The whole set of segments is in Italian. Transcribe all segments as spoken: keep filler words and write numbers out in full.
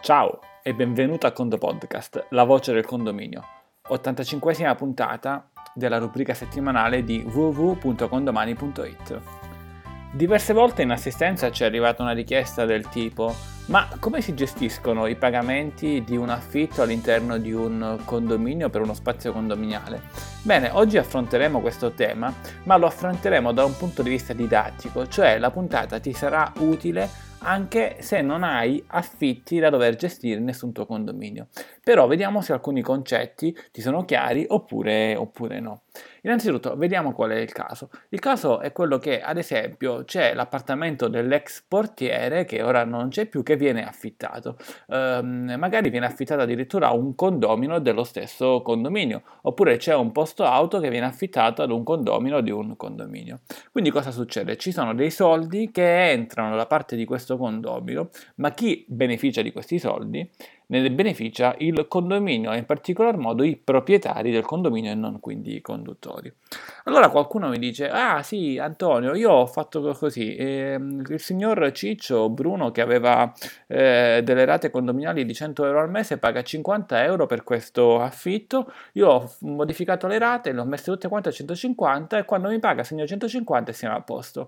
Ciao e benvenuto a Condo Podcast, la voce del condominio, ottantacinquesima puntata della rubrica settimanale di w w w punto condomani punto i t. Diverse volte in assistenza ci è arrivata una richiesta del tipo: ma come si gestiscono i pagamenti di un affitto all'interno di un condominio per uno spazio condominiale? Bene, oggi affronteremo questo tema, ma lo affronteremo da un punto di vista didattico, cioè la puntata ti sarà utile anche se non hai affitti da dover gestire in nessun tuo condominio. Però vediamo se alcuni concetti ti sono chiari oppure, oppure no. Innanzitutto vediamo qual è il caso. Il caso è quello che, ad esempio, c'è l'appartamento dell'ex portiere che ora non c'è più, che viene affittato. Ehm, magari viene affittato addirittura a un condomino dello stesso condominio, oppure c'è un posto auto che viene affittato ad un condomino di un condominio. Quindi cosa succede? Ci sono dei soldi che entrano da parte di questo condomino, ma chi beneficia di questi soldi? Ne beneficia il condominio e in particolar modo i proprietari del condominio e non quindi i conduttori. Allora qualcuno mi dice: ah sì Antonio, io ho fatto così, ehm, il signor Ciccio Bruno, che aveva eh, delle rate condominiali di cento euro al mese, paga cinquanta euro per questo affitto. Io ho modificato le rate, le ho messe tutte quante a centocinquanta e quando mi paga segno centocinquanta e siamo a posto.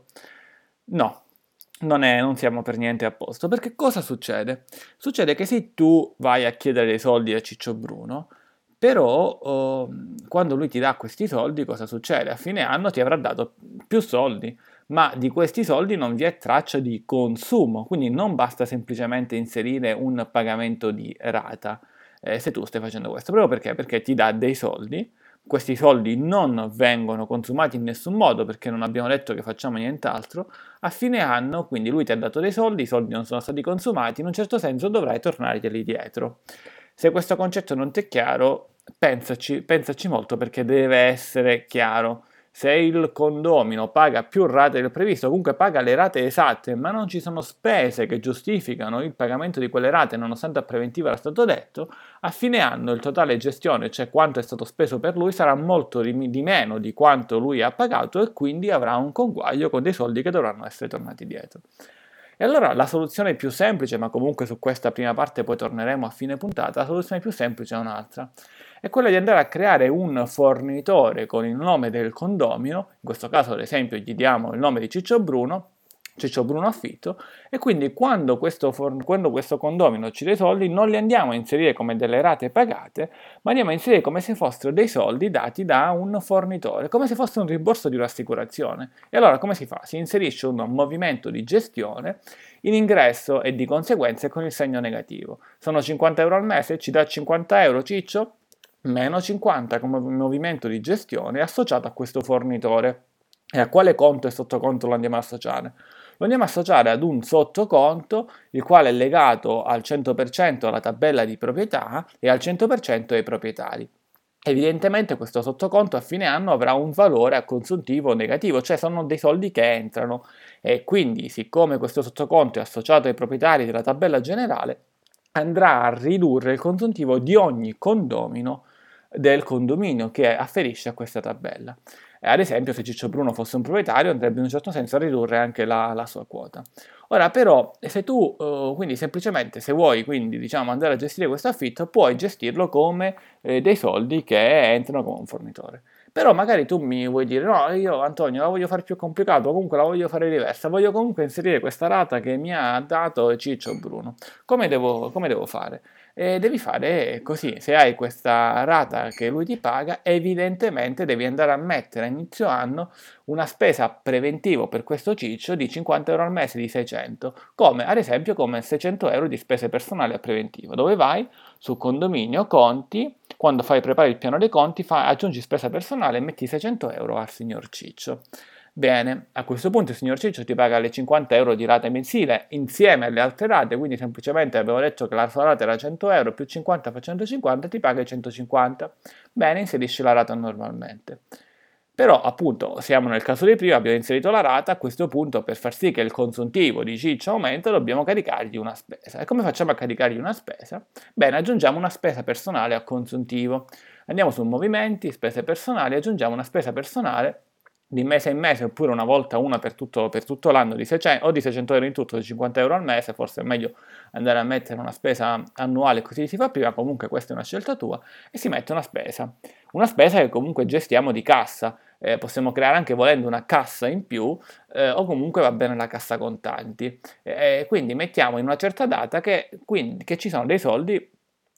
No, non, è, non siamo per niente a posto, perché cosa succede? Succede che se tu vai a chiedere dei soldi a Ciccio Bruno, però oh, quando lui ti dà questi soldi, cosa succede? A fine anno ti avrà dato più soldi, ma di questi soldi non vi è traccia di consumo, quindi non basta semplicemente inserire un pagamento di rata, eh, se tu stai facendo questo. Proprio perché? Perché ti dà dei soldi. Questi soldi non vengono consumati in nessun modo perché non abbiamo detto che facciamo nient'altro. A fine anno, quindi lui ti ha dato dei soldi, i soldi non sono stati consumati, in un certo senso dovrai tornarglieli dietro. Se questo concetto non ti è chiaro, pensaci, pensaci molto, perché deve essere chiaro. Se il condomino paga più rate del previsto, comunque paga le rate esatte, ma non ci sono spese che giustificano il pagamento di quelle rate, nonostante a preventiva era stato detto, a fine anno il totale gestione, cioè quanto è stato speso per lui, sarà molto di, di meno di quanto lui ha pagato e quindi avrà un conguaglio con dei soldi che dovranno essere tornati dietro. E allora la soluzione più semplice, ma comunque su questa prima parte poi torneremo a fine puntata, la soluzione più semplice è un'altra. È quella di andare a creare un fornitore con il nome del condomino, in questo caso ad esempio gli diamo il nome di Ciccio Bruno, Ciccio Bruno Affitto, e quindi quando questo, for- quando questo condomino ci dà i soldi non li andiamo a inserire come delle rate pagate, ma andiamo a inserire come se fossero dei soldi dati da un fornitore, come se fosse un rimborso di un'assicurazione. E allora come si fa? Si inserisce un movimento di gestione in ingresso e di conseguenza con il segno negativo. Sono cinquanta euro al mese, ci dà cinquanta euro Ciccio? Meno cinquanta come movimento di gestione associato a questo fornitore. E a quale conto e sottoconto lo andiamo a associare? Lo andiamo a associare ad un sottoconto il quale è legato al cento per cento alla tabella di proprietà e al cento per cento ai proprietari. Evidentemente questo sottoconto a fine anno avrà un valore a consuntivo negativo, cioè sono dei soldi che entrano, e quindi siccome questo sottoconto è associato ai proprietari della tabella generale, andrà a ridurre il consuntivo di ogni condomino del condominio che afferisce a questa tabella. E ad esempio, se Ciccio Bruno fosse un proprietario, andrebbe in un certo senso a ridurre anche la, la sua quota. Ora però, se tu, uh, quindi semplicemente, se vuoi quindi diciamo andare a gestire questo affitto, puoi gestirlo come eh, dei soldi che entrano come un fornitore. Però magari tu mi vuoi dire: no, io Antonio la voglio fare più complicato, comunque la voglio fare diversa, voglio comunque inserire questa rata che mi ha dato Ciccio Bruno. Come devo, come devo fare? E devi fare così: se hai questa rata che lui ti paga, evidentemente devi andare a mettere a inizio anno una spesa preventivo per questo Ciccio di cinquanta euro al mese di seicento, come ad esempio come seicento euro di spese personali a preventivo. Dove vai? Su condominio, conti, quando fai prepari il piano dei conti, fai, aggiungi spesa personale e metti seicento euro al signor Ciccio. Bene, a questo punto il signor Ciccio ti paga le cinquanta euro di rata mensile insieme alle altre rate, quindi semplicemente avevo detto che la sua rata era cento euro, più cinquanta fa centocinquanta, ti paga i centocinquanta. Bene, inserisci la rata normalmente. Però appunto siamo nel caso di prima, abbiamo inserito la rata, a questo punto per far sì che il consuntivo di Ciccio aumenta dobbiamo caricargli una spesa. E come facciamo a caricargli una spesa? Bene, aggiungiamo una spesa personale a consuntivo. Andiamo su movimenti, spese personali, aggiungiamo una spesa personale di mese in mese, oppure una volta una per tutto, per tutto l'anno di seicento, o di seicento euro in tutto, di cinquanta euro al mese, forse è meglio andare a mettere una spesa annuale così si fa prima, comunque questa è una scelta tua, e si mette una spesa, una spesa che comunque gestiamo di cassa, eh, possiamo creare anche volendo una cassa in più, eh, o comunque va bene la cassa contanti, eh, quindi mettiamo in una certa data che, quindi, che ci sono dei soldi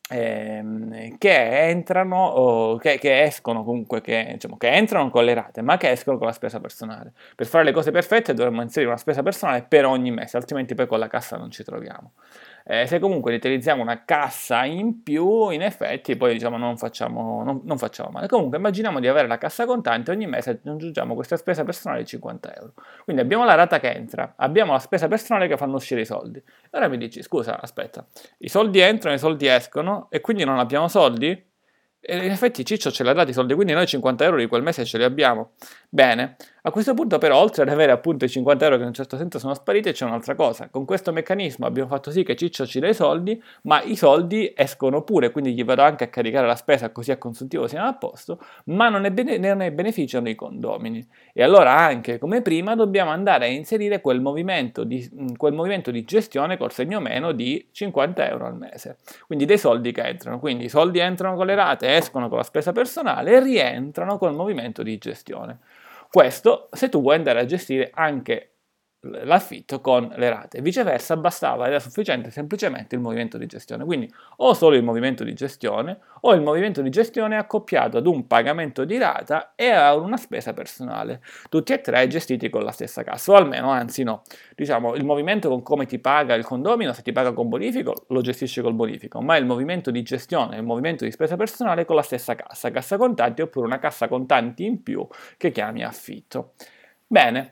Ehm, che entrano o che, che escono comunque, che, diciamo, che entrano con le rate, ma che escono con la spesa personale. Per fare le cose perfette dovremmo inserire una spesa personale per ogni mese, altrimenti poi con la cassa non ci troviamo. Eh, se comunque utilizziamo una cassa in più, in effetti poi diciamo non facciamo, non, non facciamo male. Comunque immaginiamo di avere la cassa contante, ogni mese aggiungiamo questa spesa personale di cinquanta euro. Quindi abbiamo la rata che entra, abbiamo la spesa personale che fanno uscire i soldi. Ora mi dici, scusa, aspetta, i soldi entrano, i soldi escono e quindi non abbiamo soldi? E in effetti Ciccio ce l'ha dati i soldi, quindi noi cinquanta euro di quel mese ce li abbiamo. Bene, a questo punto però oltre ad avere appunto i cinquanta euro che in un certo senso sono spariti c'è un'altra cosa. Con questo meccanismo abbiamo fatto sì che Ciccio ci dà i soldi, ma i soldi escono pure, quindi gli vado anche a caricare la spesa così a consuntivo siamo a posto, ma non ne, bene, non ne beneficiano i condomini. E allora anche come prima dobbiamo andare a inserire quel movimento di, quel movimento di gestione col segno meno di cinquanta euro al mese. Quindi dei soldi che entrano, quindi i soldi entrano con le rate, escono con la spesa personale e rientrano col movimento di gestione. Questo se tu vuoi andare a gestire anche l'affitto con le rate, viceversa bastava, era sufficiente semplicemente il movimento di gestione, quindi o solo il movimento di gestione o il movimento di gestione accoppiato ad un pagamento di rata e a una spesa personale, tutti e tre gestiti con la stessa cassa, o almeno, anzi no, diciamo il movimento con come ti paga il condomino, se ti paga con bonifico lo gestisci col bonifico, ma il movimento di gestione e il movimento di spesa personale con la stessa cassa, cassa contanti oppure una cassa contanti in più che chiami affitto. Bene.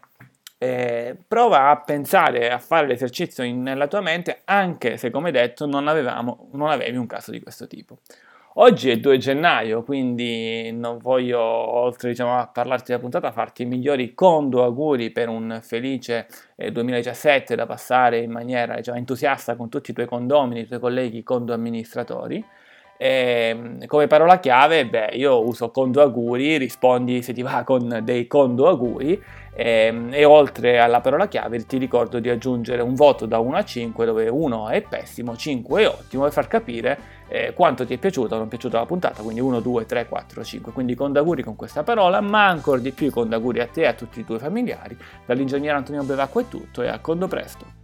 Eh, prova a pensare, a fare l'esercizio in, nella tua mente, anche se come detto non, avevamo, non avevi un caso di questo tipo. Oggi è due gennaio, quindi non voglio, oltre diciamo, a parlarti della puntata, farti i migliori condo auguri per un felice eh, duemiladiciassette da passare in maniera diciamo, entusiasta con tutti i tuoi condomini, i tuoi colleghi condo amministratori. E come parola chiave, beh, io uso condo auguri, rispondi se ti va con dei condo auguri e, e oltre alla parola chiave ti ricordo di aggiungere un voto da uno a cinque dove uno è pessimo, cinque è ottimo per far capire eh, quanto ti è piaciuta o non è piaciuta la puntata, quindi uno, due, tre, quattro, cinque, quindi condo auguri con questa parola, ma ancora di più condo auguri a te e a tutti i tuoi familiari. Dall'ingegnere Antonio Bevacqua è tutto e a condo presto.